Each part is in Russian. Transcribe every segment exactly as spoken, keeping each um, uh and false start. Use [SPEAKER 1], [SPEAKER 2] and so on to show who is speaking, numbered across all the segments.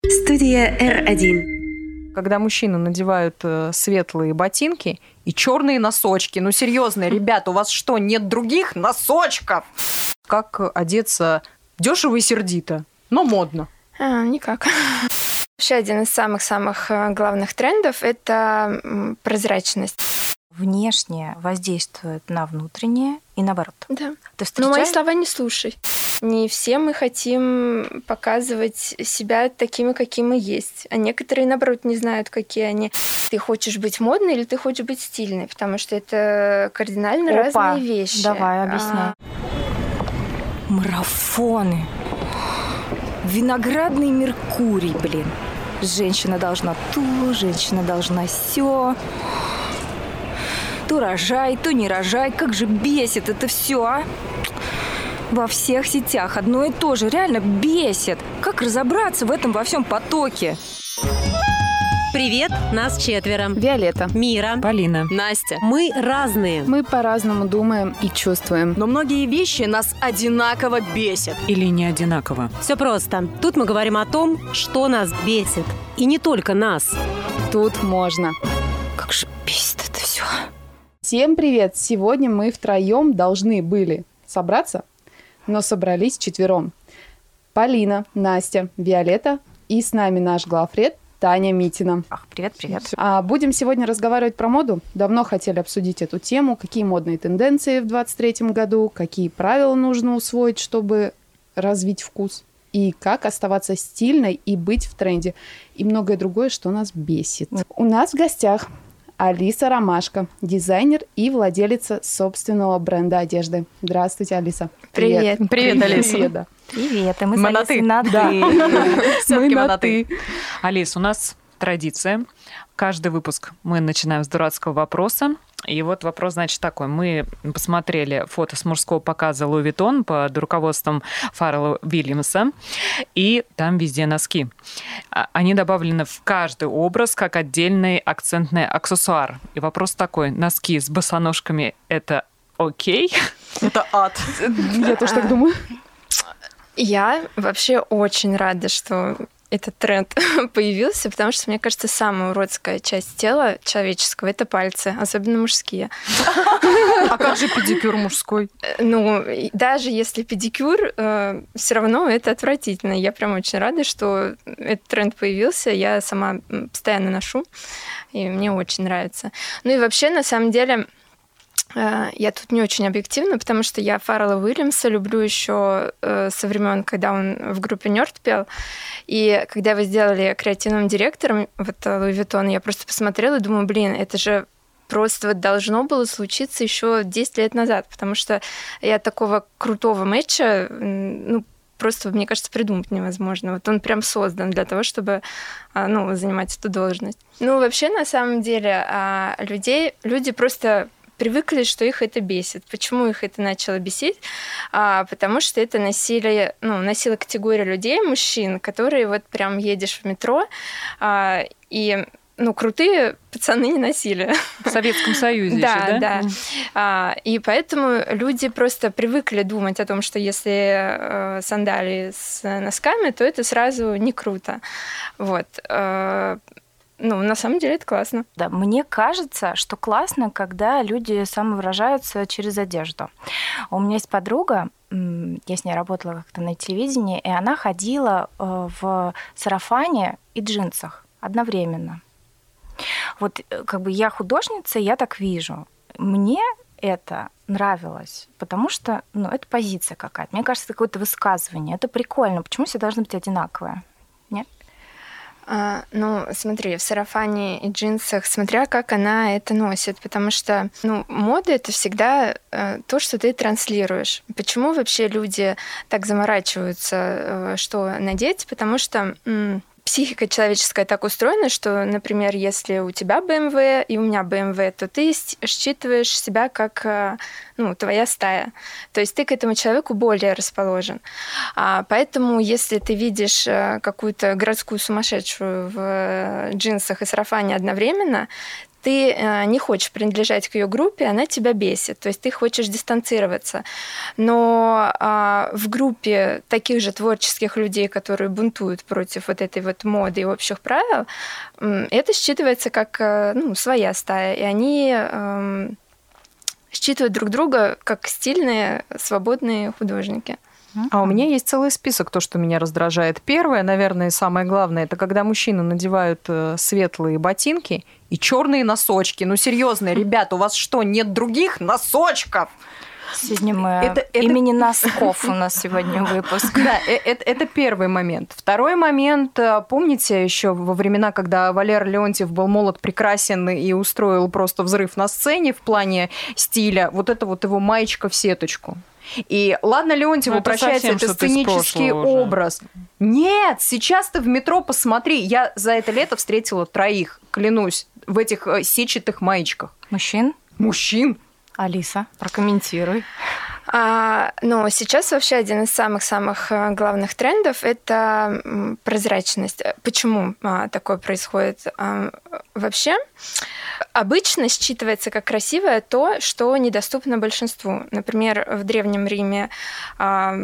[SPEAKER 1] Студия эр один.
[SPEAKER 2] Когда мужчины надевают э, светлые ботинки и черные носочки. Ну, серьезно, ребята, у вас что, нет других носочков? Как одеться дешево и сердито, но модно?
[SPEAKER 3] А, никак. Вообще один из самых-самых главных трендов – это прозрачность.
[SPEAKER 4] Внешнее воздействует на внутреннее и наоборот.
[SPEAKER 3] Да.
[SPEAKER 4] Ты встречаешь...
[SPEAKER 3] Но мои слова не слушай. Не все мы хотим показывать себя такими, какими мы есть. А некоторые, наоборот, не знают, какие они. Ты хочешь быть модной или ты хочешь быть стильной? Потому что это кардинально
[SPEAKER 4] Опа,
[SPEAKER 3] разные вещи.
[SPEAKER 4] Давай, объясняй. А... Марафоны. Виноградный Меркурий, блин. Женщина должна то, женщина должна сё. То рожай, то не рожай. Как же бесит это все, а? Во всех сетях одно и то же. Реально бесит. Как разобраться в этом во всем потоке?
[SPEAKER 1] Привет, нас четверо.
[SPEAKER 5] Виолетта,
[SPEAKER 1] Мира,
[SPEAKER 6] Полина,
[SPEAKER 1] Настя. Мы разные.
[SPEAKER 5] Мы по-разному думаем и чувствуем.
[SPEAKER 7] Но многие вещи нас одинаково бесят.
[SPEAKER 6] Или не одинаково.
[SPEAKER 1] Все просто. Тут мы говорим о том, что нас бесит. И не только нас.
[SPEAKER 5] Тут можно.
[SPEAKER 4] Как же бесит это все.
[SPEAKER 5] Всем привет! Сегодня мы втроем должны были собраться, но собрались четвером. Полина, Настя, Виолетта и с нами наш главред Таня Митина.
[SPEAKER 4] Ах, привет, привет.
[SPEAKER 5] А будем сегодня разговаривать про моду. Давно хотели обсудить эту тему, какие модные тенденции в двадцать третьем году, какие правила нужно усвоить, чтобы развить вкус, и как оставаться стильной и быть в тренде, и многое другое, что нас бесит. У нас в гостях Алиса Ромашко, дизайнер и владелица собственного бренда одежды. Здравствуйте, Алиса.
[SPEAKER 3] Привет.
[SPEAKER 2] Привет, Привет Алиса.
[SPEAKER 5] Привет, да.
[SPEAKER 4] Привет, и мы,
[SPEAKER 2] мы
[SPEAKER 4] с Алисой
[SPEAKER 2] на ты.
[SPEAKER 4] на ты.
[SPEAKER 2] Мы на ты.
[SPEAKER 6] Алис, у нас традиция. Каждый выпуск мы начинаем с дурацкого вопроса. И вот вопрос, значит, такой. Мы посмотрели фото с мужского показа Луи Виттон под руководством Фаррелла Уильямса, и там везде носки. Они добавлены в каждый образ как отдельный акцентный аксессуар. И вопрос такой. Носки с босоножками – это окей?
[SPEAKER 2] Это ад.
[SPEAKER 5] Я тоже так думаю.
[SPEAKER 3] Я вообще очень рада, что этот тренд появился, потому что, мне кажется, самая уродская часть тела человеческого – это пальцы, особенно мужские.
[SPEAKER 2] А как же педикюр мужской?
[SPEAKER 3] Ну, даже если педикюр, э, все равно это отвратительно. Я прям очень рада, что этот тренд появился. Я сама постоянно ношу, и мне очень нравится. Ну и вообще, на самом деле, я тут не очень объективна, потому что я Фаррелла Уильямса люблю еще со времен, когда он в группе Нёрд пел. И когда его сделали креативным директором, вот Луи Виттон, я просто посмотрела и думаю, блин, это же просто вот должно было случиться еще десять лет назад, потому что я такого крутого матча, ну, просто, мне кажется, придумать невозможно. Вот он прям создан для того, чтобы, ну, занимать эту должность. Ну, вообще, на самом деле, людей, люди просто привыкли, что их это бесит. Почему их это начало бесить? А, потому что это носили, ну, носила категория людей, мужчин, которые вот прям едешь в метро, а, и, ну, крутые пацаны не носили.
[SPEAKER 6] В Советском Союзе
[SPEAKER 3] да,
[SPEAKER 6] еще, да?
[SPEAKER 3] Да, да. А, и поэтому люди просто привыкли думать о том, что если э, сандалии с носками, то это сразу не круто. Вот. Ну, на самом деле это классно.
[SPEAKER 4] Да, мне кажется, что классно, когда люди самовыражаются через одежду. У меня есть подруга, я с ней работала как-то на телевидении, и она ходила в сарафане и джинсах одновременно. Вот как бы я художница, я так вижу. Мне это нравилось, потому что, ну, это позиция какая-то. Мне кажется, это какое-то высказывание. Это прикольно. Почему все должны быть одинаковые? Нет?
[SPEAKER 3] А, ну, смотри, в сарафане и джинсах, смотря как она это носит, потому что, ну, мода — это всегда э, то, что ты транслируешь. Почему вообще люди так заморачиваются, э, что надеть? Потому что м- психика человеческая так устроена, что, например, если у тебя бэ эм вэ и у меня бэ эм вэ, то ты считываешь себя как, ну, твоя стая. То есть ты к этому человеку более расположен. А поэтому, если ты видишь какую-то городскую сумасшедшую в джинсах и сарафане одновременно, ты э, не хочешь принадлежать к ее группе, она тебя бесит, то есть ты хочешь дистанцироваться. Но э, в группе таких же творческих людей, которые бунтуют против вот этой вот моды и общих правил, э, это считывается как э, ну, своя стая, и они э, считывают друг друга как стильные, свободные художники.
[SPEAKER 2] А у меня есть целый список, то, что меня раздражает. Первое, наверное, и самое главное, это когда мужчины надевают светлые ботинки и черные носочки. Ну, серьезно, ребята, у вас что, нет других носочков?
[SPEAKER 4] Сегодня мы
[SPEAKER 2] это,
[SPEAKER 4] имени
[SPEAKER 2] это...
[SPEAKER 4] носков у нас сегодня выпуск.
[SPEAKER 2] Да, это, это первый момент. Второй момент, помните еще во времена, когда Валера Леонтьев был молод, прекрасен и устроил просто взрыв на сцене в плане стиля, вот это вот его маечка в сеточку. И ладно, Леонтьеву прощается, это сценический образ. Нет, сейчас ты в метро посмотри. Я за это лето встретила троих, клянусь, в этих сетчатых маечках.
[SPEAKER 4] Мужчин?
[SPEAKER 2] Мужчин.
[SPEAKER 4] Алиса, прокомментируй.
[SPEAKER 3] А, ну, сейчас вообще один из самых-самых главных трендов – это прозрачность. Почему а, такое происходит? А, вообще, обычно считывается как красивое то, что недоступно большинству. Например, в Древнем Риме а,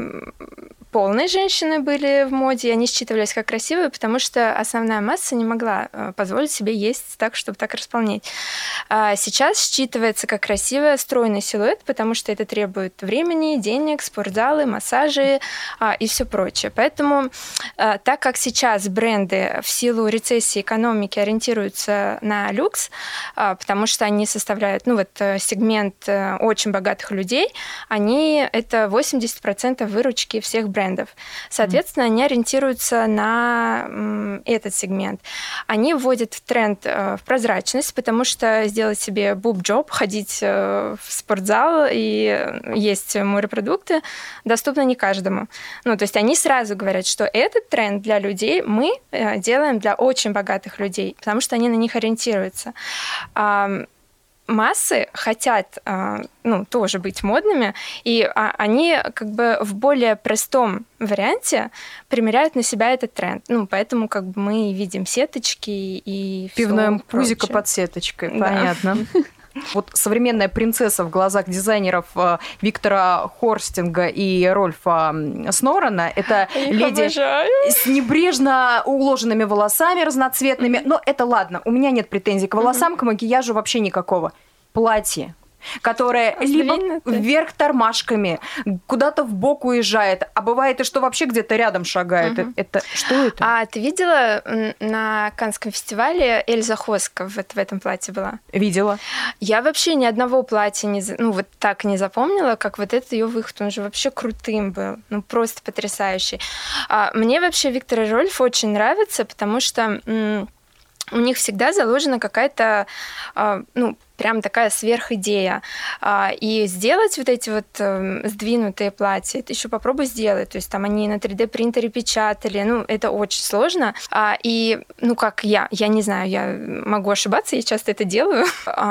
[SPEAKER 3] полные женщины были в моде, и они считывались как красивые, потому что основная масса не могла позволить себе есть так, чтобы так располнять. А сейчас считывается как красивый стройный силуэт, потому что это требует времени, денег, спортзалы, массажи а, и все прочее. Поэтому, а, так как сейчас бренды в силу рецессии экономики ориентируются на люкс, а, потому что они составляют, ну вот, сегмент очень богатых людей, они это восемьдесят процентов выручки всех брендов. Соответственно, mm. они ориентируются на м, этот сегмент. Они вводят в тренд э, в прозрачность, потому что сделать себе буб-джоб, ходить э, в спортзал и есть морепродукты доступно не каждому. Ну, то есть они сразу говорят, что этот тренд для людей мы э, делаем для очень богатых людей, потому что они на них ориентируются. А, массы хотят, ну, тоже быть модными, и они как бы в более простом варианте примеряют на себя этот тренд. Ну, поэтому как бы мы видим сеточки и
[SPEAKER 2] пивное
[SPEAKER 3] всё
[SPEAKER 2] пузико
[SPEAKER 3] прочее.
[SPEAKER 2] Под сеточкой,
[SPEAKER 3] Да.
[SPEAKER 2] понятно. Вот современная принцесса в глазах дизайнеров Виктора Хорстинга и Рольфа Сноррена – это леди
[SPEAKER 3] обожаю.
[SPEAKER 2] с небрежно уложенными волосами разноцветными. Mm-hmm. Но это ладно, у меня нет претензий к волосам, mm-hmm. к макияжу вообще никакого. Платье, которое а либо вверх тормашками, куда-то в бок уезжает, а бывает и что вообще где-то рядом шагает. Uh-huh. Это, это что это?
[SPEAKER 3] А ты видела на Каннском фестивале Эльза Хоска вот в этом платье была?
[SPEAKER 2] Видела.
[SPEAKER 3] Я вообще ни одного платья не, ну, вот так не запомнила, как вот этот ее выход. Он же вообще крутым был, ну просто потрясающий. А мне вообще Виктор и Рольф очень нравится, потому что м- у них всегда заложена какая-то, а, ну, прям такая сверхидея. И сделать вот эти вот сдвинутые платья, это еще попробуй сделать. То есть там они на три дэ принтере печатали, ну, это очень сложно. И, ну, как я, я не знаю, я могу ошибаться, я часто это делаю.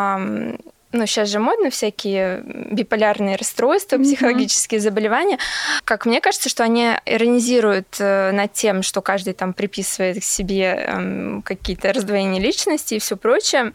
[SPEAKER 3] Ну, сейчас же модно всякие биполярные расстройства, mm-hmm. психологические заболевания. Как мне кажется, что они иронизируют над тем, что каждый там приписывает к себе какие-то раздвоения личности и все прочее.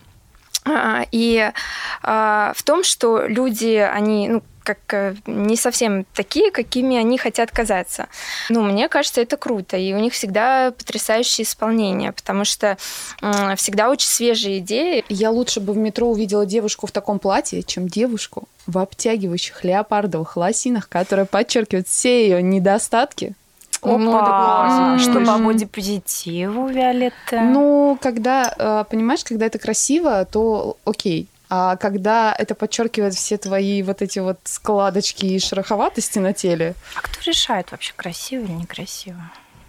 [SPEAKER 3] И в том, что люди, они, ну, как не совсем такие, какими они хотят казаться. Ну, мне кажется, это круто. И у них всегда потрясающее исполнение, потому что всегда очень свежие идеи.
[SPEAKER 5] Я лучше бы в метро увидела девушку в таком платье, чем девушку в обтягивающих леопардовых лосинах, которая подчеркивает все ее недостатки.
[SPEAKER 4] Опа! Что по бодипозитиву, Виолетта?
[SPEAKER 5] Ну, когда, понимаешь, когда это красиво, то окей. А когда это подчеркивает все твои вот эти вот складочки и шероховатости на теле.
[SPEAKER 4] А кто решает вообще, красиво или некрасиво?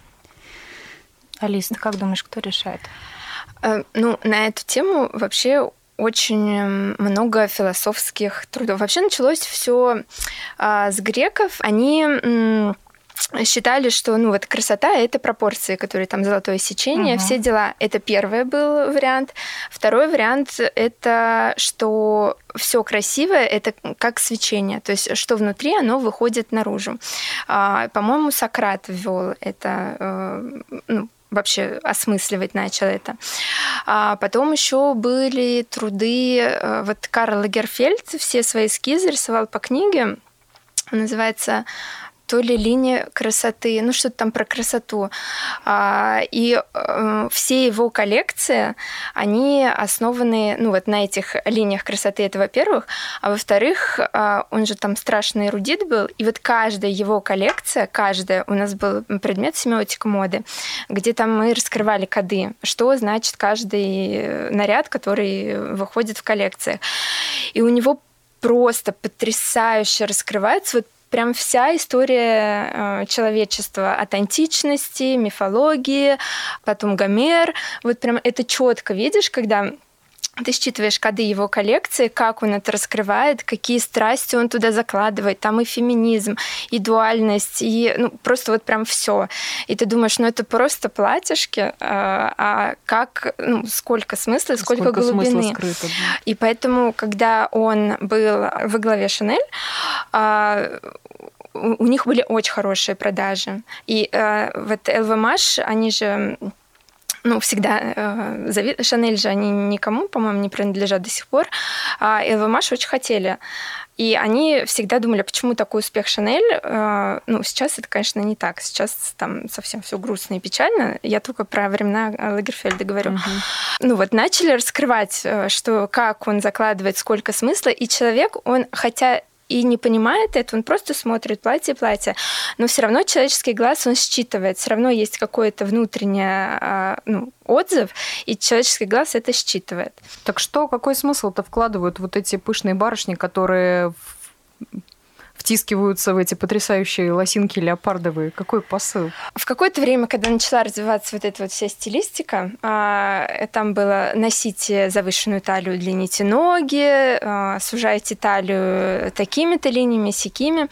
[SPEAKER 4] Алис, ты как думаешь, кто решает?
[SPEAKER 3] Ну, на эту тему вообще очень много философских трудов. Вообще началось все с греков. Они считали, что, ну, вот красота — это пропорции, которые там золотое сечение, uh-huh. все дела. Это первый был вариант. Второй вариант — это что все красивое — это как свечение, то есть что внутри, оно выходит наружу. По-моему, Сократ ввел это, ну, вообще осмысливать начал это. А потом еще были труды, вот Карл Лагерфельд все свои эскизы рисовал по книге, называется то ли линия красоты, ну что-то там про красоту. И все его коллекции, они основаны, ну вот на этих линиях красоты, это во-первых, а во-вторых, он же там страшный эрудит был, и вот каждая его коллекция, каждая, у нас был предмет семиотика моды, где там мы раскрывали коды, что значит каждый наряд, который выходит в коллекциях. И у него просто потрясающе раскрывается вот прям вся история э, человечества от античности, мифологии, потом Гомер. Вот прям это четко видишь, когда ты считываешь коды его коллекции, как он это раскрывает, какие страсти он туда закладывает. Там и феминизм, и дуальность, и ну, просто вот прям все. И ты думаешь, ну это просто платьишки, а, а как, ну, сколько смысла, сколько, сколько глубины. Скрыто, да. И поэтому, когда он был во главе Шанель, а, у них были очень хорошие продажи. И а, вот эл ви эм-H, они же... Ну, всегда э, зави... Шанель же они никому, по-моему, не принадлежат до сих пор, а эл ви эм-H очень хотели. И они всегда думали, почему такой успех Шанель. Э, ну, сейчас это, конечно, не так. Сейчас там совсем все грустно и печально. Я только про времена Лагерфельда говорю. Uh-huh. Ну, вот начали раскрывать, что как он закладывает, сколько смысла. И человек, он, хотя и не понимает это, он просто смотрит платье и платье. Но все равно человеческий глаз, он считывает. Все равно есть какой-то внутренний ну, отзыв, и человеческий глаз это считывает.
[SPEAKER 2] Так что, какой смысл-то вкладывают вот эти пышные барышни, которые втискиваются в эти потрясающие лосинки леопардовые? Какой посыл?
[SPEAKER 3] В какое-то время, когда начала развиваться вот эта вот вся стилистика, там было носите завышенную талию, удлините ноги, сужайте талию такими-то линиями, сякими.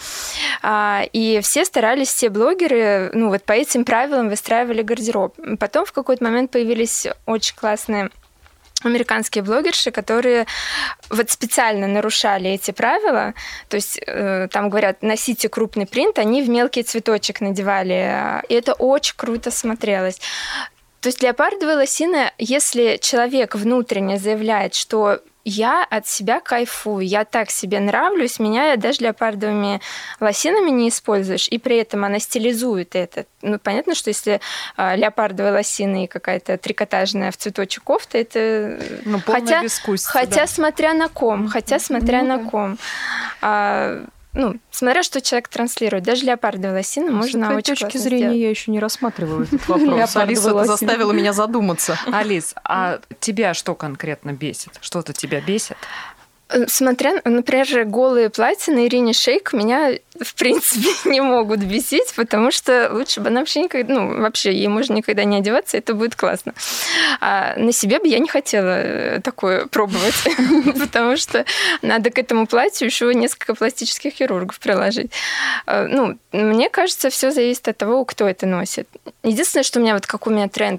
[SPEAKER 3] И все старались, все блогеры, ну вот по этим правилам выстраивали гардероб. Потом в какой-то момент появились очень классные американские блогерши, которые вот специально нарушали эти правила, то есть э, там говорят, носите крупный принт, они в мелкий цветочек надевали, и это очень круто смотрелось. То есть леопардовые лосины, если человек внутренне заявляет, что я от себя кайфую, я так себе нравлюсь, меня даже леопардовыми лосинами не используешь, и при этом она стилизует это. Ну, понятно, что если а, леопардовые лосины и какая-то трикотажная в цветочек кофта, это...
[SPEAKER 6] Ну, полное безвкусие,
[SPEAKER 3] хотя,
[SPEAKER 6] да.
[SPEAKER 3] смотря на ком, хотя смотря ну, на да. ком. А, ну, смотря что человек транслирует. Даже леопардовые лосины можно очень классно
[SPEAKER 2] точки зрения
[SPEAKER 3] сделать.
[SPEAKER 2] Я еще не рассматривала этот вопрос. Алиса это заставила меня задуматься.
[SPEAKER 6] Алис, а тебя что конкретно бесит? Что-то тебя бесит?
[SPEAKER 3] Смотря, например, голые платья на Ирине Шейк меня, в принципе, не могут бесить, потому что лучше бы она вообще никогда, ну, вообще, ей можно никогда не одеваться, это будет классно. А на себе бы я не хотела такое пробовать, потому что надо к этому платью еще несколько пластических хирургов приложить. Ну, мне кажется, все зависит от того, кто это носит. Единственное, что у меня, вот как у меня тренд,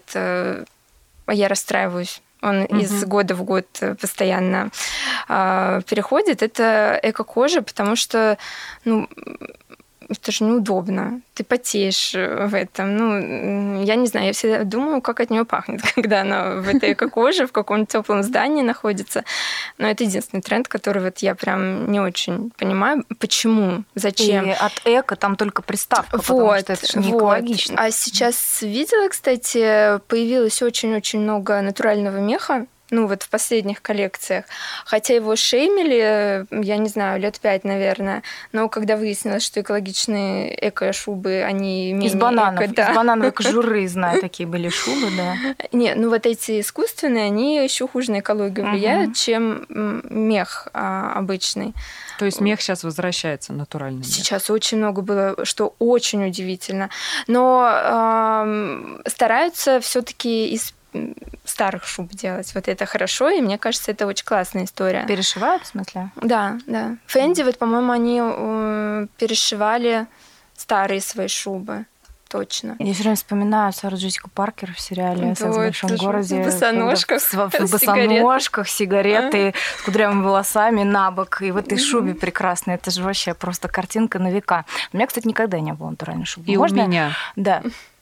[SPEAKER 3] я расстраиваюсь, он uh-huh. из года в год постоянно э, переходит, это эко-кожа, потому что, ну, это же неудобно. Ты потеешь в этом. Ну, я не знаю, я всегда думаю, как от нее пахнет, когда она в этой эко-коже, в каком-то теплом здании находится. Но это единственный тренд, который вот я прям не очень понимаю, почему, зачем.
[SPEAKER 4] И от эко там только приставка,
[SPEAKER 3] вот,
[SPEAKER 4] потому что это же не
[SPEAKER 3] вот.
[SPEAKER 4] экологично.
[SPEAKER 3] А сейчас видела, кстати, появилось очень-очень много натурального меха. Ну, вот в последних коллекциях. Хотя его шеймили, я не знаю, лет пять, наверное. Но когда выяснилось, что экологичные эко-шубы, они менее
[SPEAKER 4] из бананов,
[SPEAKER 3] эко, да.
[SPEAKER 4] из банановой кожуры, знаю, такие были шубы, да.
[SPEAKER 3] Не, ну вот эти искусственные, они еще хуже на экологию влияют, uh-huh. чем мех а, обычный.
[SPEAKER 6] То есть мех сейчас возвращается, натуральный мех?
[SPEAKER 3] Сейчас очень много было, что очень удивительно. Но э, стараются все-таки из старых шуб делать. Вот это хорошо, и мне кажется, это очень классная история.
[SPEAKER 4] Перешивают, в смысле?
[SPEAKER 3] Да, да. Фенди, вот, по-моему, они э, перешивали старые свои шубы. Точно.
[SPEAKER 4] Я все время вспоминаю Сару Джессику Паркер в сериале «Секс в большом городе».
[SPEAKER 3] В босоножках.
[SPEAKER 4] В, в босоножках, сигареты, с кудрявыми волосами на бок. И в этой шубе прекрасной. Это же вообще просто картинка на века. У меня, кстати, никогда не было натуральной шубы.
[SPEAKER 6] И
[SPEAKER 4] Можно?
[SPEAKER 6] у меня.
[SPEAKER 4] Да.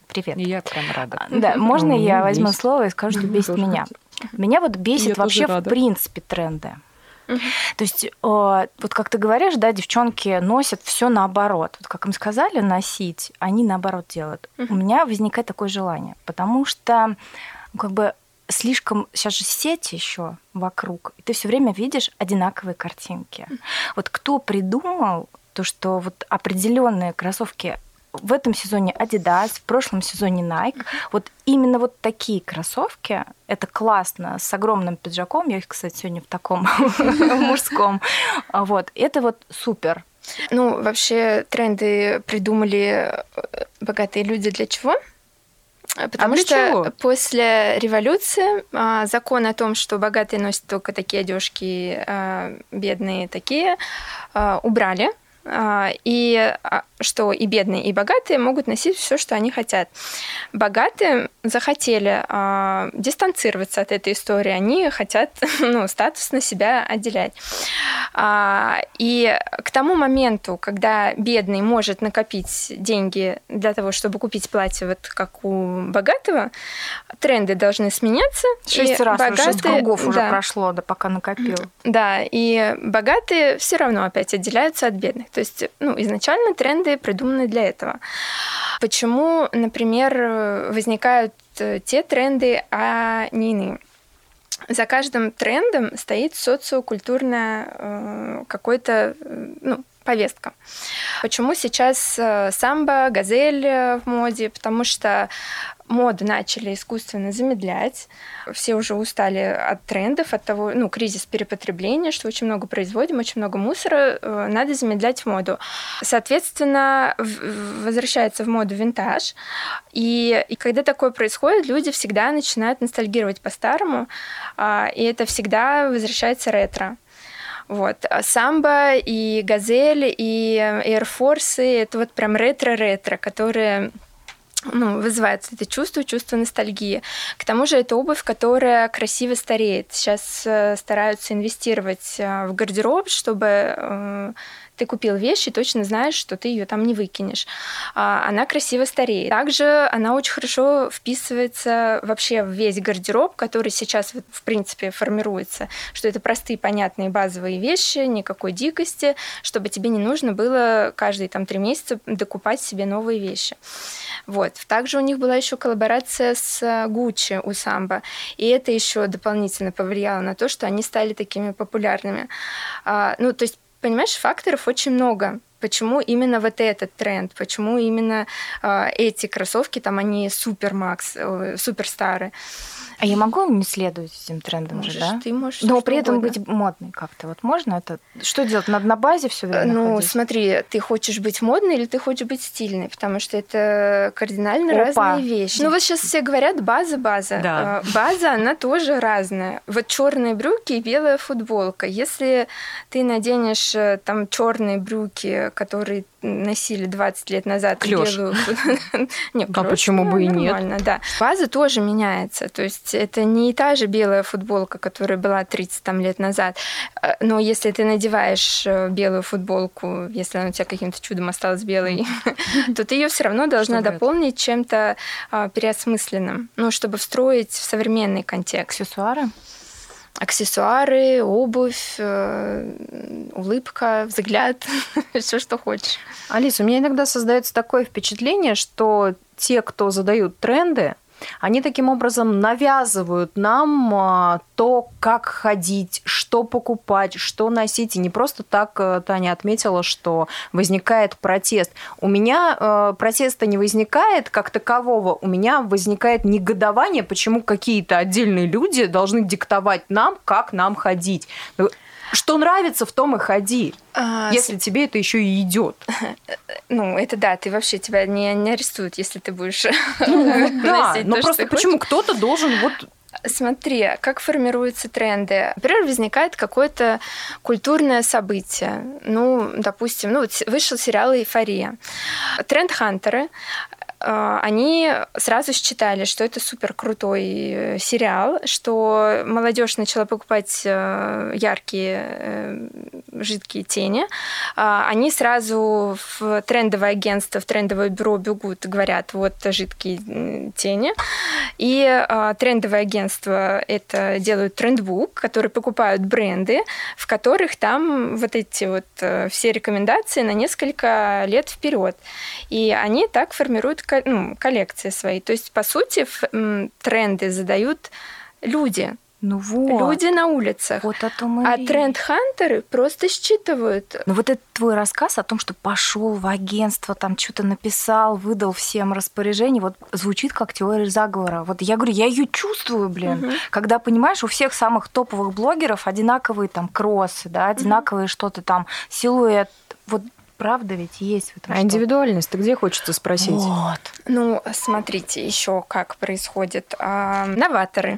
[SPEAKER 4] Привет.
[SPEAKER 6] Я прям рада.
[SPEAKER 4] Да, можно
[SPEAKER 5] Ну,
[SPEAKER 4] я возьму
[SPEAKER 5] бесит.
[SPEAKER 4] слово и скажу, что
[SPEAKER 5] Ну,
[SPEAKER 4] бесит
[SPEAKER 5] тоже
[SPEAKER 4] меня?
[SPEAKER 5] хотела.
[SPEAKER 4] Меня вот бесит
[SPEAKER 5] Я тоже
[SPEAKER 4] вообще в
[SPEAKER 5] рада.
[SPEAKER 4] принципе тренды. То есть, э, вот как ты говоришь, да, девчонки носят все наоборот. Вот как им сказали носить, они наоборот делают. У меня возникает такое желание, потому что ну, как бы слишком сейчас же сети еще вокруг, и ты все время видишь одинаковые картинки. Вот кто придумал то, что вот определенные кроссовки в этом сезоне Adidas, в прошлом сезоне Nike. Вот именно вот такие кроссовки, это классно, с огромным пиджаком. Я их, кстати, сегодня в таком мужском. Вот, это вот супер.
[SPEAKER 3] Ну, вообще тренды придумали богатые люди для чего? Потому
[SPEAKER 2] для
[SPEAKER 3] что
[SPEAKER 2] чего?
[SPEAKER 3] после революции а, закон о том, что богатые носят только такие одежки, а, бедные такие, а, убрали. И что и бедные, и богатые могут носить все, что они хотят. Богатые захотели э, дистанцироваться от этой истории, они хотят ну, статусно себя отделять. А, и к тому моменту, когда бедный может накопить деньги для того, чтобы купить платье, вот как у богатого, тренды должны сменяться.
[SPEAKER 4] Шесть раз,
[SPEAKER 3] богатые,
[SPEAKER 4] шесть кругов уже
[SPEAKER 3] да,
[SPEAKER 4] прошло, да, пока накопил.
[SPEAKER 3] Да, и богатые все равно опять отделяются от бедных. То есть, ну, изначально тренды придуманы для этого. Почему, например, возникают те тренды, а не иные? За каждым трендом стоит социокультурная э, какой-то, ну, повестка. Почему сейчас самбо, газель в моде? Потому что моду начали искусственно замедлять. Все уже устали от трендов, от того, ну, кризис перепотребления, что очень много производим, очень много мусора, надо замедлять моду. Соответственно, возвращается в моду винтаж. И, и когда такое происходит, люди всегда начинают ностальгировать по-старому, и это всегда возвращается ретро. Вот. Самбо и газель и Air Force — это вот прям ретро-ретро, которые ну, вызывает это чувство, чувство ностальгии. К тому же это обувь, которая красиво стареет. Сейчас стараются инвестировать в гардероб, чтобы ты купил вещь и точно знаешь, что ты ее там не выкинешь. Она красиво стареет. Также она очень хорошо вписывается вообще в весь гардероб, который сейчас, в принципе, формируется, что это простые, понятные, базовые вещи, никакой дикости, чтобы тебе не нужно было каждые там три месяца докупать себе новые вещи. Вот. Также у них была еще коллаборация с Gucci у самбо, и это еще дополнительно повлияло на то, что они стали такими популярными. Ну, то есть, понимаешь, факторов очень много. Почему именно вот этот тренд? Почему именно э, эти кроссовки, там они супер-макс, э, супер-старые?
[SPEAKER 4] А я могу не следовать этим трендам
[SPEAKER 3] Можешь,
[SPEAKER 4] же, да?
[SPEAKER 3] ты можешь.
[SPEAKER 4] Но при этом
[SPEAKER 3] угодно.
[SPEAKER 4] быть модной как-то. Вот можно это? Что делать? Надо на базе все время
[SPEAKER 3] Ну,
[SPEAKER 4] ходить?
[SPEAKER 3] смотри, ты хочешь быть модной или ты хочешь быть стильной? Потому что это кардинально
[SPEAKER 4] Опа.
[SPEAKER 3] разные вещи. Ну, вот сейчас все говорят база-база.
[SPEAKER 6] Да.
[SPEAKER 3] База, она тоже разная. Вот черные брюки и белая футболка. Если ты наденешь там черные брюки, которые носили двадцать лет назад,
[SPEAKER 2] Клёш.
[SPEAKER 3] белую футболку. Нет,
[SPEAKER 2] А почему бы и нет?
[SPEAKER 3] Нормально, да. База тоже меняется. То есть это не та же белая футболка, которая была тридцать там, лет назад. Но если ты надеваешь белую футболку, если она у тебя каким-то чудом осталась белой, то ты ее все равно должна дополнить чем-то переосмысленным, ну, чтобы встроить в современный контекст.
[SPEAKER 4] Аксессуары?
[SPEAKER 3] Аксессуары, обувь, улыбка, взгляд, все, что хочешь.
[SPEAKER 2] Алиса, у меня иногда создается такое впечатление, что те, кто задают тренды, они таким образом навязывают нам а, то, как ходить, что покупать, что носить. И не просто так Таня отметила, что возникает протест. У меня а, протеста не возникает как такового. У меня возникает негодование, почему какие-то отдельные люди должны диктовать нам, как нам ходить. Что нравится, в том и ходи, а, если с... тебе это еще и идет.
[SPEAKER 3] Ну, это да, ты вообще тебя не, не арестуют, если ты будешь
[SPEAKER 2] ну, да,
[SPEAKER 3] носить
[SPEAKER 2] но
[SPEAKER 3] то,
[SPEAKER 2] просто почему
[SPEAKER 3] хочешь.
[SPEAKER 2] Кто-то должен вот...
[SPEAKER 3] Смотри, как формируются тренды. Например, возникает какое-то культурное событие. Ну, допустим, ну, вышел сериал «Эйфория». Тренд-хантеры они сразу считали, что это супер крутой сериал, что молодежь начала покупать яркие жидкие тени. Они сразу в трендовое агентство, в трендовое бюро бегут, говорят, вот жидкие тени. И трендовое агентство это делают трендбук, который покупают бренды, в которых там вот эти вот все рекомендации на несколько лет вперед. И они так формируют ну, коллекции свои. То есть, по сути, тренды задают люди.
[SPEAKER 4] Ну вот.
[SPEAKER 3] Люди на улицах.
[SPEAKER 4] Вот о том и
[SPEAKER 3] а
[SPEAKER 4] речь.
[SPEAKER 3] тренд-хантеры просто считывают.
[SPEAKER 4] Ну вот этот твой рассказ о том, что пошел в агентство, там что-то написал, выдал всем распоряжение, вот звучит как теория заговора. Вот я говорю, я ее чувствую, блин. Угу. Когда, понимаешь, у всех самых топовых блогеров одинаковые там кроссы, да, одинаковые угу. что-то там, силуэт. Вот правда ведь есть в этом.
[SPEAKER 2] А индивидуальность, ты где хочется спросить?
[SPEAKER 4] Вот.
[SPEAKER 3] Ну, смотрите, еще как происходит. А, новаторы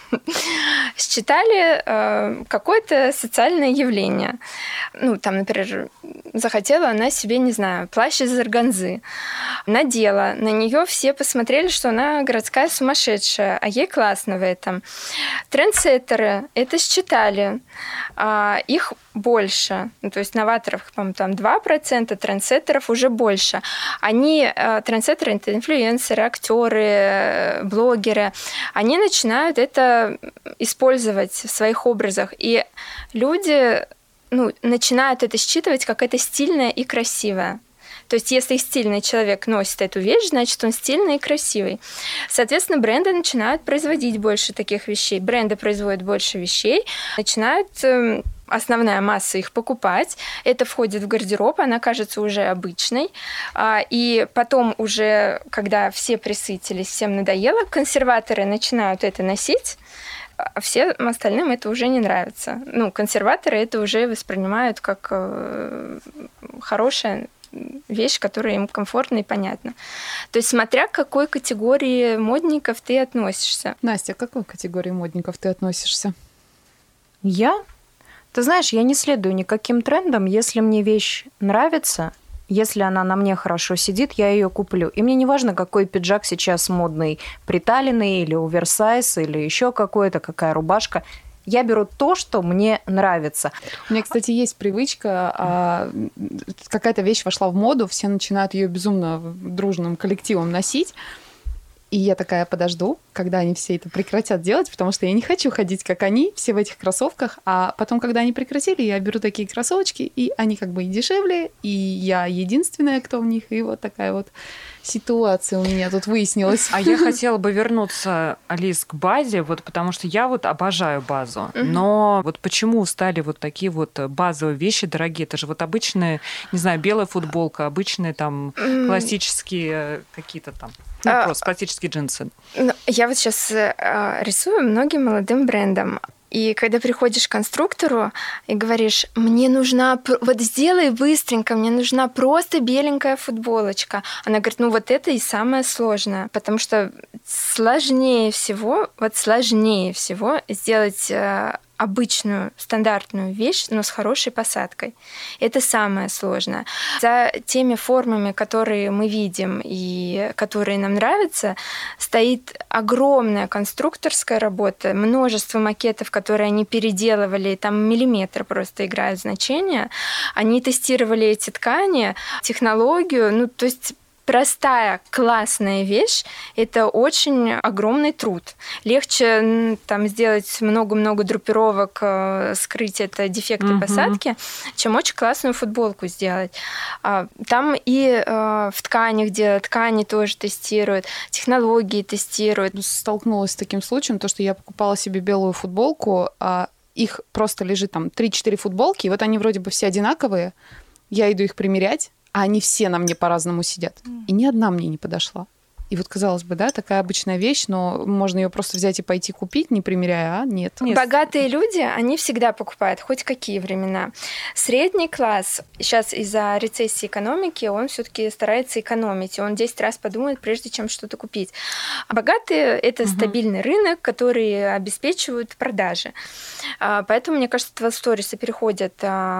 [SPEAKER 3] считали э, какое-то социальное явление. Ну, там, например, захотела она себе, не знаю, плащ из органзы. Надела. На нее все посмотрели, что она городская сумасшедшая, а ей классно в этом. Трендсеттеры это считали. А, их больше. Ну, то есть новаторов, по-моему, там два процента, трендсеттеров уже больше. Они, э, трендсеттеры, это инфлюенсеры, актеры, блогеры, они начинают это использовать в своих образах. И люди ну, начинают это считывать как это стильное и красивое. То есть если стильный человек носит эту вещь, значит, он стильный и красивый. Соответственно, бренды начинают производить больше таких вещей. Бренды производят больше вещей, начинают э, основная масса их покупать. Это входит в гардероб, она кажется уже обычной. И потом уже, когда все присытились, всем надоело, консерваторы начинают это носить, а всем остальным это уже не нравится. Ну, консерваторы это уже воспринимают как э, хорошая вещь, которая им комфортна и понятна. То есть смотря к какой категории модников ты относишься.
[SPEAKER 5] Настя, к какой категории модников ты относишься?
[SPEAKER 2] Я? Ты знаешь, я не следую никаким трендам. Если мне вещь нравится, если она на мне хорошо сидит, я ее куплю. И мне не важно, какой пиджак сейчас модный, приталенный или оверсайз, или еще какой-то, какая рубашка. Я беру то, что мне нравится.
[SPEAKER 5] У меня, кстати, есть привычка, а, какая-то вещь вошла в моду, все начинают ее безумно дружным коллективом носить. И я такая подожду, когда они все это прекратят делать, потому что я не хочу ходить, как они, все в этих кроссовках. А потом, когда они прекратили, я беру такие кроссовочки, и они как бы и дешевле, и я единственная, кто в них. И вот такая вот ситуация у меня тут выяснилась.
[SPEAKER 6] А я хотела бы вернуться, Алис, к базе, вот потому что я вот обожаю базу. Но вот почему стали вот такие вот базовые вещи дорогие? Это же вот обычная, не знаю, белая футболка, обычные там классические какие-то там, ну, а, просто классические джинсы.
[SPEAKER 3] Я вот сейчас а, рисую многим молодым брендам. И когда приходишь к конструктору и говоришь, мне нужна, вот сделай быстренько, мне нужна просто беленькая футболочка. Она говорит, ну вот это и самое сложное, потому что сложнее всего, вот сложнее всего сделать обычную стандартную вещь, но с хорошей посадкой. Это самое сложное. За теми формами, которые мы видим и которые нам нравятся, стоит огромная конструкторская работа, множество макетов, которые они переделывали, там миллиметры просто играют значение. Они тестировали эти ткани, технологию, ну, то есть простая, классная вещь – это очень огромный труд. Легче там сделать много-много друпировок, скрыть это дефекты угу. посадки, чем очень классную футболку сделать. Там и в тканях делают, ткани тоже тестируют, технологии тестируют.
[SPEAKER 5] Столкнулась с таким случаем, то, что я покупала себе белую футболку, а их просто лежит там три-четыре футболки, и вот они вроде бы все одинаковые, я иду их примерять, а они все на мне по-разному сидят. И ни одна мне не подошла. И вот, казалось бы, да, такая обычная вещь, но можно ее просто взять и пойти купить, не примеряя, а нет.
[SPEAKER 3] Нет. Богатые люди, они всегда покупают, хоть какие времена. Средний класс, сейчас из-за рецессии экономики, он все-таки старается экономить, и он десять раз подумает, прежде чем что-то купить. А богатые – это угу. стабильный рынок, который обеспечивают продажи. Поэтому, мне кажется, твосторисы переходят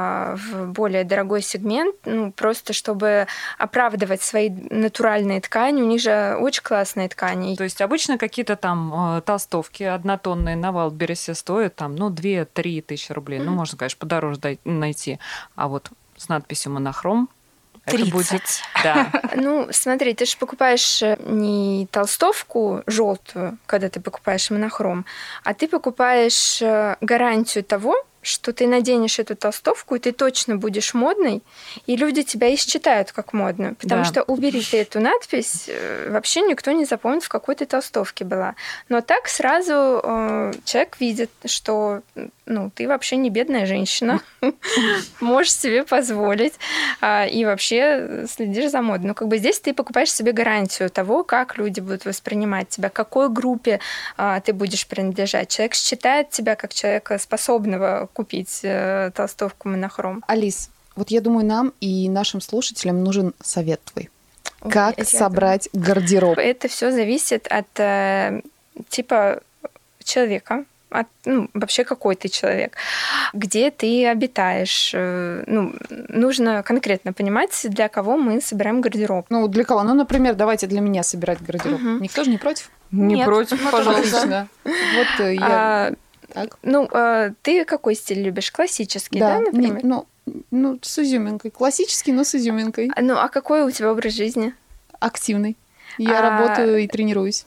[SPEAKER 3] в более дорогой сегмент, ну, просто чтобы оправдывать свои натуральные ткани. У них же очень классные ткани.
[SPEAKER 6] То есть обычно какие-то там э, толстовки однотонные на Wildberries стоят там, ну, две-три тысячи рублей. Mm-hmm. Ну, можно, конечно, подороже найти. А вот с надписью «Монохром» это будет... Да.
[SPEAKER 3] Ну, смотри, ты же покупаешь не толстовку желтую, когда ты покупаешь монохром, а ты покупаешь гарантию того, что ты наденешь эту толстовку, и ты точно будешь модной, и люди тебя и считают как модную. Потому да. что убери ты эту надпись, вообще никто не запомнит, в какой ты толстовке была. Но так сразу э, человек видит, что ну, ты вообще не бедная женщина, можешь себе позволить, и вообще следишь за модой. Но как бы здесь ты покупаешь себе гарантию того, как люди будут воспринимать тебя, к какой группе ты будешь принадлежать. Человек считает тебя как человека, способного купить э, толстовку монохром.
[SPEAKER 5] Алис, вот я думаю, нам и нашим слушателям нужен совет твой. Ой, как собрать думаю. гардероб?
[SPEAKER 3] Это все зависит от э, типа человека, от, ну, вообще какой ты человек, где ты обитаешь. Ну, нужно конкретно понимать, для кого мы собираем гардероб.
[SPEAKER 5] Ну, для кого? Ну, например, давайте для меня собирать гардероб. Угу. Никто же не против?
[SPEAKER 2] Не
[SPEAKER 3] Нет,
[SPEAKER 2] против, пожалуйста.
[SPEAKER 5] Вот я...
[SPEAKER 3] А, так. Ну, а, ты какой стиль любишь? Классический, да, да например?
[SPEAKER 5] Не, ну, ну, с изюминкой. Классический, но с изюминкой.
[SPEAKER 3] Ну, а какой у тебя образ жизни?
[SPEAKER 5] Активный. Я а... работаю и тренируюсь.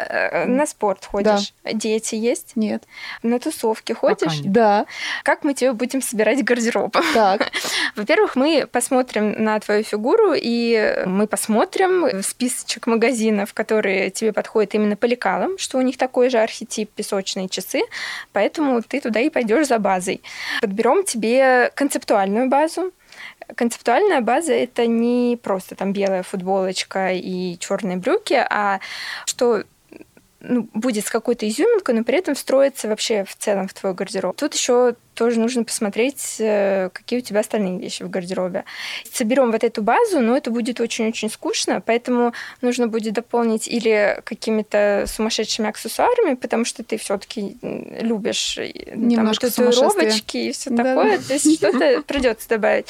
[SPEAKER 3] На спорт ходишь? Да. Дети есть?
[SPEAKER 5] Нет.
[SPEAKER 3] На тусовки ходишь?
[SPEAKER 5] Да.
[SPEAKER 3] Как мы тебе будем собирать гардероб?
[SPEAKER 5] Так.
[SPEAKER 3] Во-первых, мы посмотрим на твою фигуру, и мы посмотрим списочек магазинов, которые тебе подходят именно по лекалам, что у них такой же архетип, песочные часы, поэтому ты туда и пойдешь за базой. Подберем тебе концептуальную базу. Концептуальная база — это не просто там белая футболочка и черные брюки, а что ну, будет с какой-то изюминкой, но при этом встроится вообще в целом в твой гардероб. Тут еще тоже нужно посмотреть, какие у тебя остальные вещи в гардеробе. Соберем вот эту базу, но это будет очень-очень скучно, поэтому нужно будет дополнить или какими-то сумасшедшими аксессуарами, потому что ты все-таки любишь
[SPEAKER 5] немножко
[SPEAKER 3] там, татуировочки и все да. такое, то есть что-то придется добавить.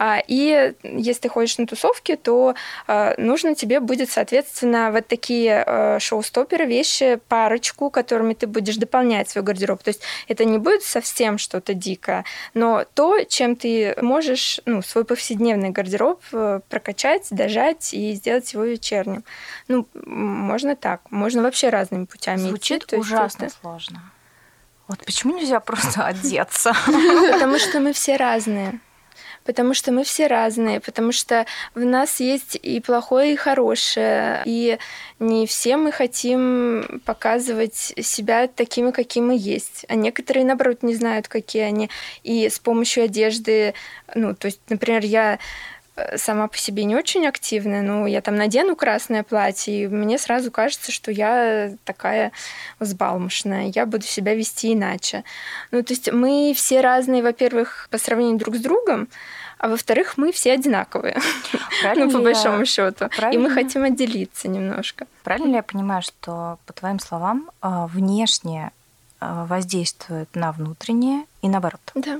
[SPEAKER 3] И если ты ходишь на тусовки, то нужно тебе будет, соответственно, вот такие шоу-стоперы, вещи, парочку, которыми ты будешь дополнять свой гардероб. То есть это не будет совсем что-то дикое, но то, чем ты можешь ну, свой повседневный гардероб прокачать, дожать и сделать его вечерним. Ну, можно так. Можно вообще разными путями
[SPEAKER 4] Звучит
[SPEAKER 3] идти.
[SPEAKER 4] ужасно есть, сложно. Вот почему нельзя просто одеться?
[SPEAKER 3] Потому что мы все разные. Потому что мы все разные, потому что в нас есть и плохое, и хорошее, и не все мы хотим показывать себя такими, какими мы есть. А некоторые, наоборот, не знают, какие они. И с помощью одежды, ну, то есть, например, я сама по себе не очень активная, но я там надену красное платье, и мне сразу кажется, что я такая взбалмошная, я буду себя вести иначе. Ну, то есть мы все разные, во-первых, по сравнению друг с другом, а во-вторых, мы все одинаковые, ну, по большому счету. И мы хотим отделиться немножко.
[SPEAKER 4] Правильно ли я понимаю, что, по твоим словам, внешнее воздействует на внутреннее и наоборот?
[SPEAKER 3] Да.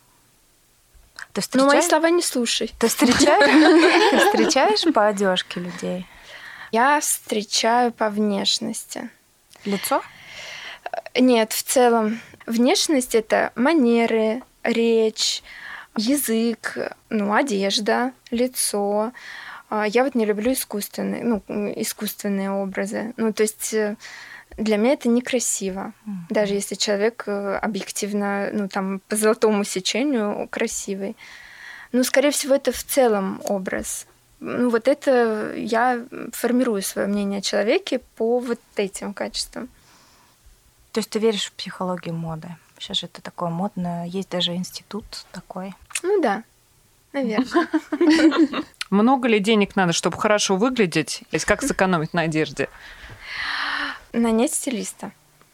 [SPEAKER 4] Ты встречаешь...
[SPEAKER 3] Но мои слова не слушай.
[SPEAKER 4] Ты встречаешь, ты встречаешь по одежке людей?
[SPEAKER 3] Я встречаю по внешности.
[SPEAKER 4] Лицо?
[SPEAKER 3] Нет, в целом. Внешность — это манеры, речь, язык, ну, одежда, лицо. Я вот не люблю искусственные, ну, искусственные образы. Ну, то есть для меня это некрасиво. Mm-hmm. Даже если человек объективно, ну, там, по золотому сечению красивый. Ну, скорее всего, это в целом образ. Ну, вот это я формирую свое мнение о человеке по вот этим качествам.
[SPEAKER 4] То есть ты веришь в психологию моды? Сейчас же это такое модное. Есть даже институт такой.
[SPEAKER 3] Ну да. Наверное.
[SPEAKER 6] Много ли денег надо, чтобы хорошо выглядеть? То есть как сэкономить на одежде?
[SPEAKER 3] Нанять стилиста.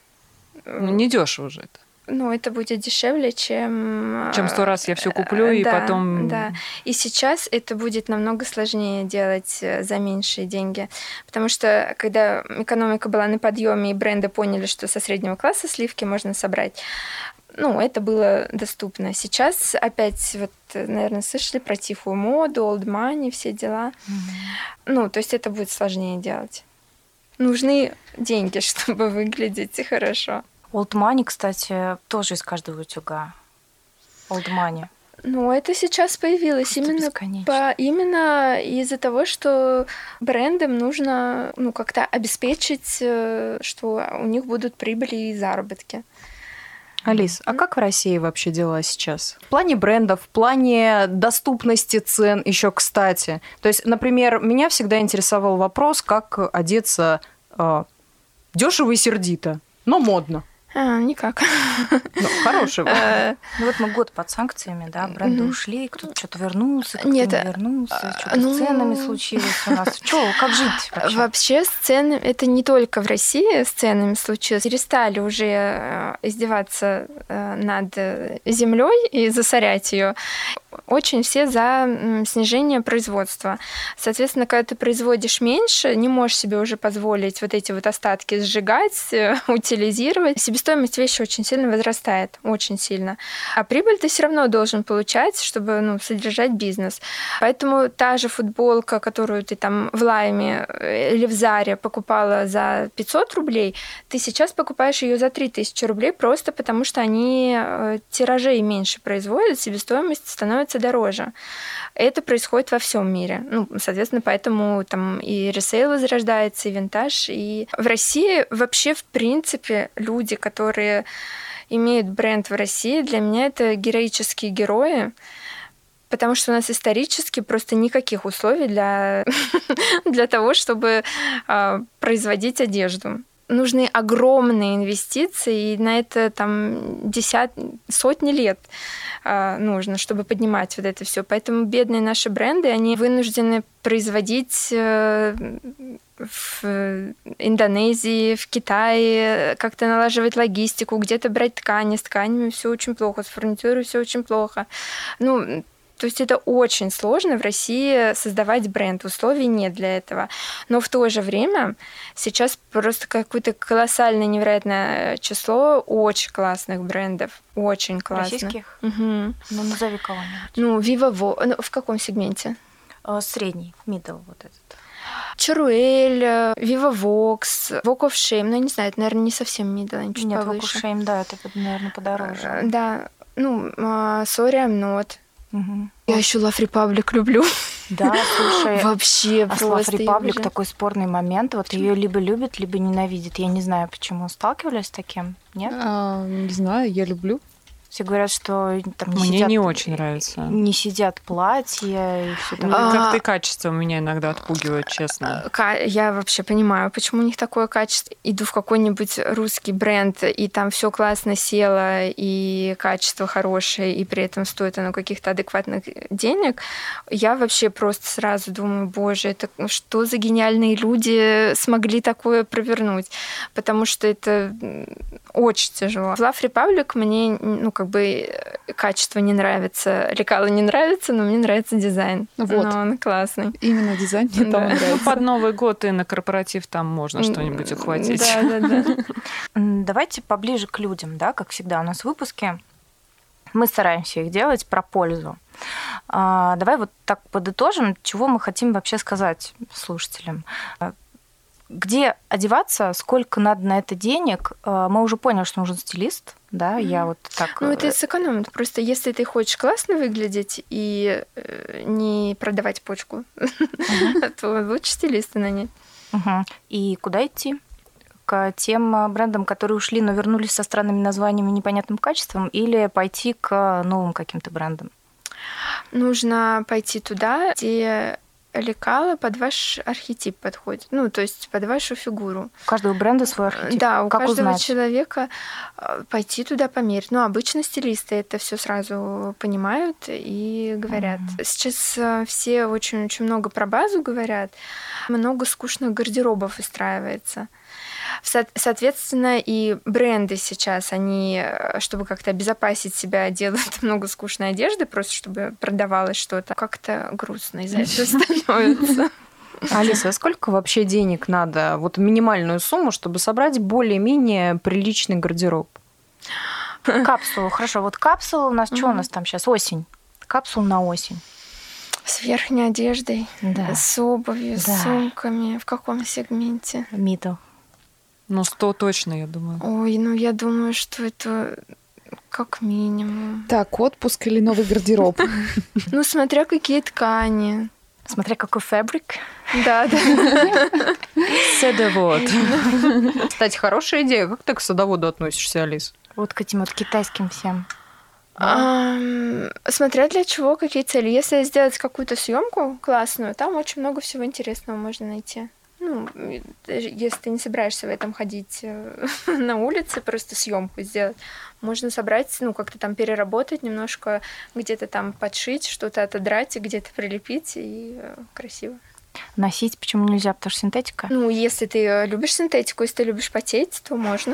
[SPEAKER 6] Ну, не дешево уже это.
[SPEAKER 3] Ну, это будет дешевле, чем...
[SPEAKER 6] Чем сто раз я все куплю, и
[SPEAKER 3] да,
[SPEAKER 6] потом...
[SPEAKER 3] Да, и сейчас это будет намного сложнее делать за меньшие деньги. Потому что, когда экономика была на подъеме, и бренды поняли, что со среднего класса сливки можно собрать, ну, это было доступно. Сейчас опять, вот, наверное, слышали про тихую моду, old money, все дела. Mm-hmm. Ну, то есть это будет сложнее делать. Нужны деньги, чтобы выглядеть хорошо.
[SPEAKER 4] Old money, кстати, тоже из каждого утюга. Old money.
[SPEAKER 3] Ну, это сейчас появилось именно, по, именно из-за того, что брендам нужно, ну, как-то обеспечить, что у них будут прибыли и заработки.
[SPEAKER 2] Алис, а как в России вообще дела сейчас? В плане брендов, в плане доступности цен еще, кстати. То есть, например, меня всегда интересовал вопрос, как одеться э, дешево и сердито, но модно.
[SPEAKER 3] А, никак.
[SPEAKER 2] Ну, хороший вопрос.
[SPEAKER 4] Ну вот мы год под санкциями, да, бренды ушли, кто-то что-то вернулся, кто-то
[SPEAKER 3] Нет,
[SPEAKER 4] не вернулся, что-то
[SPEAKER 3] ну,
[SPEAKER 4] с ценами случилось у нас. Что, как жить вообще?
[SPEAKER 3] Вообще с ценами, это не только в России с ценами случилось. Перестали уже издеваться над землей и засорять ее. Очень все за снижение производства. Соответственно, когда ты производишь меньше, не можешь себе уже позволить вот эти вот остатки сжигать, утилизировать. Себестоимость вещи очень сильно возрастает, очень сильно. А прибыль ты все равно должен получать, чтобы, ну, содержать бизнес. Поэтому та же футболка, которую ты там в Лайме или в Заре покупала за пятьсот рублей, ты сейчас покупаешь ее за три тысячи рублей просто потому, что они тиражей меньше производят, себестоимость становится дороже. Это происходит во всем мире. Ну, соответственно, поэтому там и ресейл возрождается, и винтаж. И в России вообще, в принципе, люди, которые имеют бренд в России, для меня это героические герои, потому что у нас исторически просто никаких условий для, для того, чтобы э, производить одежду. Нужны огромные инвестиции, и на это там десят, сотни лет э, нужно, чтобы поднимать вот это все. Поэтому бедные наши бренды, они вынуждены производить э, в Индонезии, в Китае, как-то налаживать логистику, где-то брать ткани. С тканями все очень плохо, с фурнитурой все очень плохо. Ну, то есть это очень сложно в России создавать бренд, условий нет для этого. Но в то же время сейчас просто какое-то колоссальное, невероятное число очень классных брендов. Очень классных.
[SPEAKER 4] Российских?
[SPEAKER 3] Угу.
[SPEAKER 4] Ну, назови кого-нибудь.
[SPEAKER 3] Ну, Viva Vogue. Ну, в каком сегменте?
[SPEAKER 4] Средний, middle вот этот.
[SPEAKER 3] Чаруэль, Viva Vox, Walk of Shame. Ну, я не знаю, это, наверное, не совсем middle, они чуть
[SPEAKER 4] Нет,
[SPEAKER 3] повыше.
[SPEAKER 4] Walk of Shame, да, это, наверное, подороже.
[SPEAKER 3] Да. Ну, Sorry, I'm not.
[SPEAKER 4] Угу.
[SPEAKER 3] Я еще Love Republic люблю.
[SPEAKER 4] Да, слушай.
[SPEAKER 3] Вообще
[SPEAKER 4] а
[SPEAKER 3] просто.
[SPEAKER 4] Love Republic такой спорный момент. Вот ее либо любят, либо ненавидят. Я не знаю, почему. Сталкивались с таким? Нет?
[SPEAKER 5] А, не знаю, я люблю.
[SPEAKER 4] Все говорят, что там не
[SPEAKER 6] Мне
[SPEAKER 4] сидят,
[SPEAKER 6] не очень нравится.
[SPEAKER 4] Не сидят платья и все
[SPEAKER 6] Ну,
[SPEAKER 4] такое.
[SPEAKER 6] как-то и качество меня иногда отпугивает, честно.
[SPEAKER 3] Я вообще понимаю, почему у них такое качество. Иду в какой-нибудь русский бренд, и там все классно село, и качество хорошее, и при этом стоит оно каких-то адекватных денег. Я вообще просто сразу думаю, боже, это что за гениальные люди смогли такое провернуть? Потому что это очень тяжело. В Love Republic мне, ну, как бы качество не нравится, лекало не нравится, но мне нравится дизайн.
[SPEAKER 5] Вот.
[SPEAKER 3] Но он классный.
[SPEAKER 5] Именно дизайн мне
[SPEAKER 3] Да.
[SPEAKER 5] там нравится.
[SPEAKER 6] Ну, под Новый год и на корпоратив там можно что-нибудь ухватить.
[SPEAKER 3] Да, да, да.
[SPEAKER 4] Давайте поближе к людям, да, как всегда у нас выпуски. Мы стараемся их делать про пользу. А, давай вот так подытожим, чего мы хотим вообще сказать слушателям. Где одеваться, сколько надо на это денег. Мы уже поняли, что нужен стилист, да, mm-hmm. я вот так...
[SPEAKER 3] Ну, это сэкономит. Просто если ты хочешь классно выглядеть и не продавать почку, mm-hmm. то лучше стилиста нанять.
[SPEAKER 4] Mm-hmm. И куда идти? К тем брендам, которые ушли, но вернулись со странными названиями и непонятным качеством, или пойти к новым каким-то брендам?
[SPEAKER 3] Нужно пойти туда, где лекало под ваш архетип подходит. Ну, то есть под вашу фигуру.
[SPEAKER 4] У каждого бренда свой архетип.
[SPEAKER 3] Да, у
[SPEAKER 4] как
[SPEAKER 3] каждого
[SPEAKER 4] узнать?
[SPEAKER 3] человека пойти туда померить. Ну, обычно стилисты это все сразу понимают и говорят. Mm-hmm. Сейчас все очень-очень много про базу говорят. Много скучных гардеробов выстраивается. Со- соответственно, и бренды сейчас, они, чтобы как-то обезопасить себя, делают много скучной одежды, просто чтобы продавалось что-то. Как-то грустно из-за этого становится.
[SPEAKER 2] Алиса, а сколько вообще денег надо, вот минимальную сумму, чтобы собрать более-менее приличный гардероб?
[SPEAKER 4] Капсулу, хорошо. Вот капсула у нас, что у нас там сейчас? Осень. Капсул на осень.
[SPEAKER 3] С верхней одеждой,
[SPEAKER 4] Да.
[SPEAKER 3] с обувью,
[SPEAKER 4] Да.
[SPEAKER 3] с сумками. В каком сегменте?
[SPEAKER 4] Middle.
[SPEAKER 6] Ну, сто точно, я думаю.
[SPEAKER 3] Ой, ну я думаю, что это как минимум.
[SPEAKER 5] Так, отпуск или новый гардероб?
[SPEAKER 3] Ну, смотря какие ткани.
[SPEAKER 4] Смотря какой фабрик.
[SPEAKER 3] Да, да.
[SPEAKER 6] Садовод.
[SPEAKER 2] Кстати, хорошая идея. Как ты к садоводу относишься, Алис?
[SPEAKER 4] Вот к этим вот китайским всем.
[SPEAKER 3] Ам, Смотря для чего, какие цели. Если сделать какую-то съемку классную, там очень много всего интересного можно найти. Ну, и даже если ты не собираешься в этом ходить э, на улице, просто съемку сделать, можно собрать, ну, как-то там переработать немножко, где-то там подшить, что-то отодрать и где-то прилепить, и э, красиво.
[SPEAKER 4] Носить почему нельзя? Потому что синтетика.
[SPEAKER 3] Ну, если ты э, любишь синтетику, если ты любишь потеть, то можно.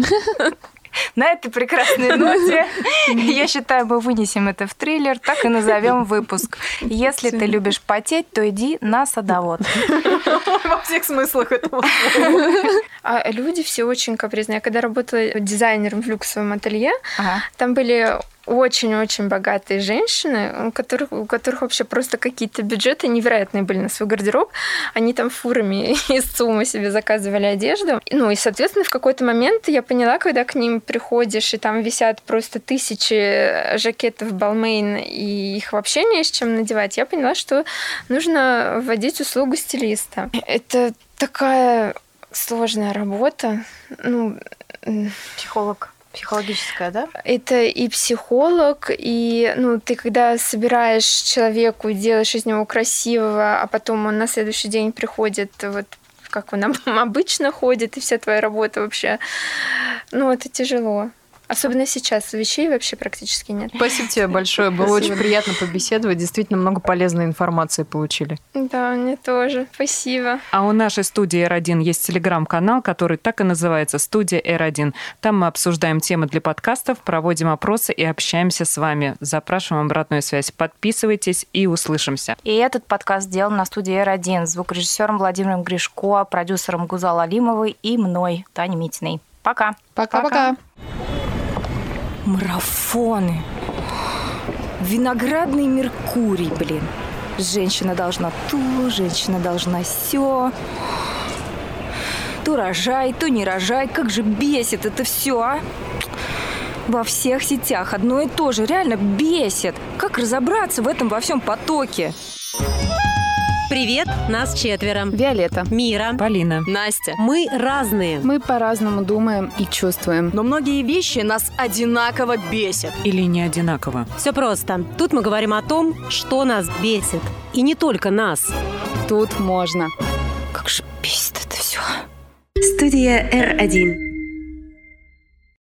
[SPEAKER 4] На этой прекрасной ноте, я считаю, мы вынесем это в трейлер, так и назовем выпуск. Если ты любишь потеть, то иди на садовод.
[SPEAKER 2] Во всех смыслах этого слова.
[SPEAKER 3] А люди все очень капризные. Я когда работала дизайнером в люксовом ателье,
[SPEAKER 4] Ага.
[SPEAKER 3] там были очень-очень богатые женщины, у которых, у которых вообще просто какие-то бюджеты невероятные были на свой гардероб. Они там фурами из ЦУМа себе заказывали одежду. Ну и, соответственно, в какой-то момент я поняла, когда к ним приходишь, и там висят просто тысячи жакетов Balmain, и их вообще не с чем надевать, я поняла, что нужно вводить услугу стилиста. Это такая сложная работа. Ну,
[SPEAKER 4] Психолог. Психологическая, да?
[SPEAKER 3] это и психолог, и ну, ты когда собираешь человеку, делаешь из него красивого, а потом он на следующий день приходит, вот как он обычно ходит, и вся твоя работа вообще, ну, это тяжело. Особенно сейчас вещей вообще практически нет.
[SPEAKER 2] Спасибо тебе большое. Было очень приятно побеседовать. Действительно много полезной информации получили.
[SPEAKER 3] Да, мне тоже. Спасибо.
[SPEAKER 6] А у нашей студии эр один есть телеграм-канал, который так и называется «Студия эр один». Там мы обсуждаем темы для подкастов, проводим опросы и общаемся с вами. Запрашиваем обратную связь. Подписывайтесь и услышимся.
[SPEAKER 4] И этот подкаст сделан на студии эр один с звукорежиссером Владимиром Гришко, продюсером Гузал Алимовой и мной, Таней Митиной. Пока.
[SPEAKER 5] Пока-пока.
[SPEAKER 8] Марафоны. Виноградный Меркурий, блин. Женщина должна то, женщина должна сё. То рожай, то не рожай. Как же бесит это все, а? Во всех сетях одно и то же. Реально бесит. Как разобраться в этом во всем потоке?
[SPEAKER 1] Привет, нас четверо.
[SPEAKER 5] Виолетта.
[SPEAKER 1] Мира.
[SPEAKER 6] Полина.
[SPEAKER 7] Настя.
[SPEAKER 1] Мы разные.
[SPEAKER 5] Мы по-разному думаем и чувствуем.
[SPEAKER 7] Но многие вещи нас одинаково бесят.
[SPEAKER 6] Или не одинаково.
[SPEAKER 1] Все просто. Тут мы говорим о том, что нас бесит. И не только нас.
[SPEAKER 5] Тут можно.
[SPEAKER 8] Как же бесит это все.
[SPEAKER 9] Студия эр один.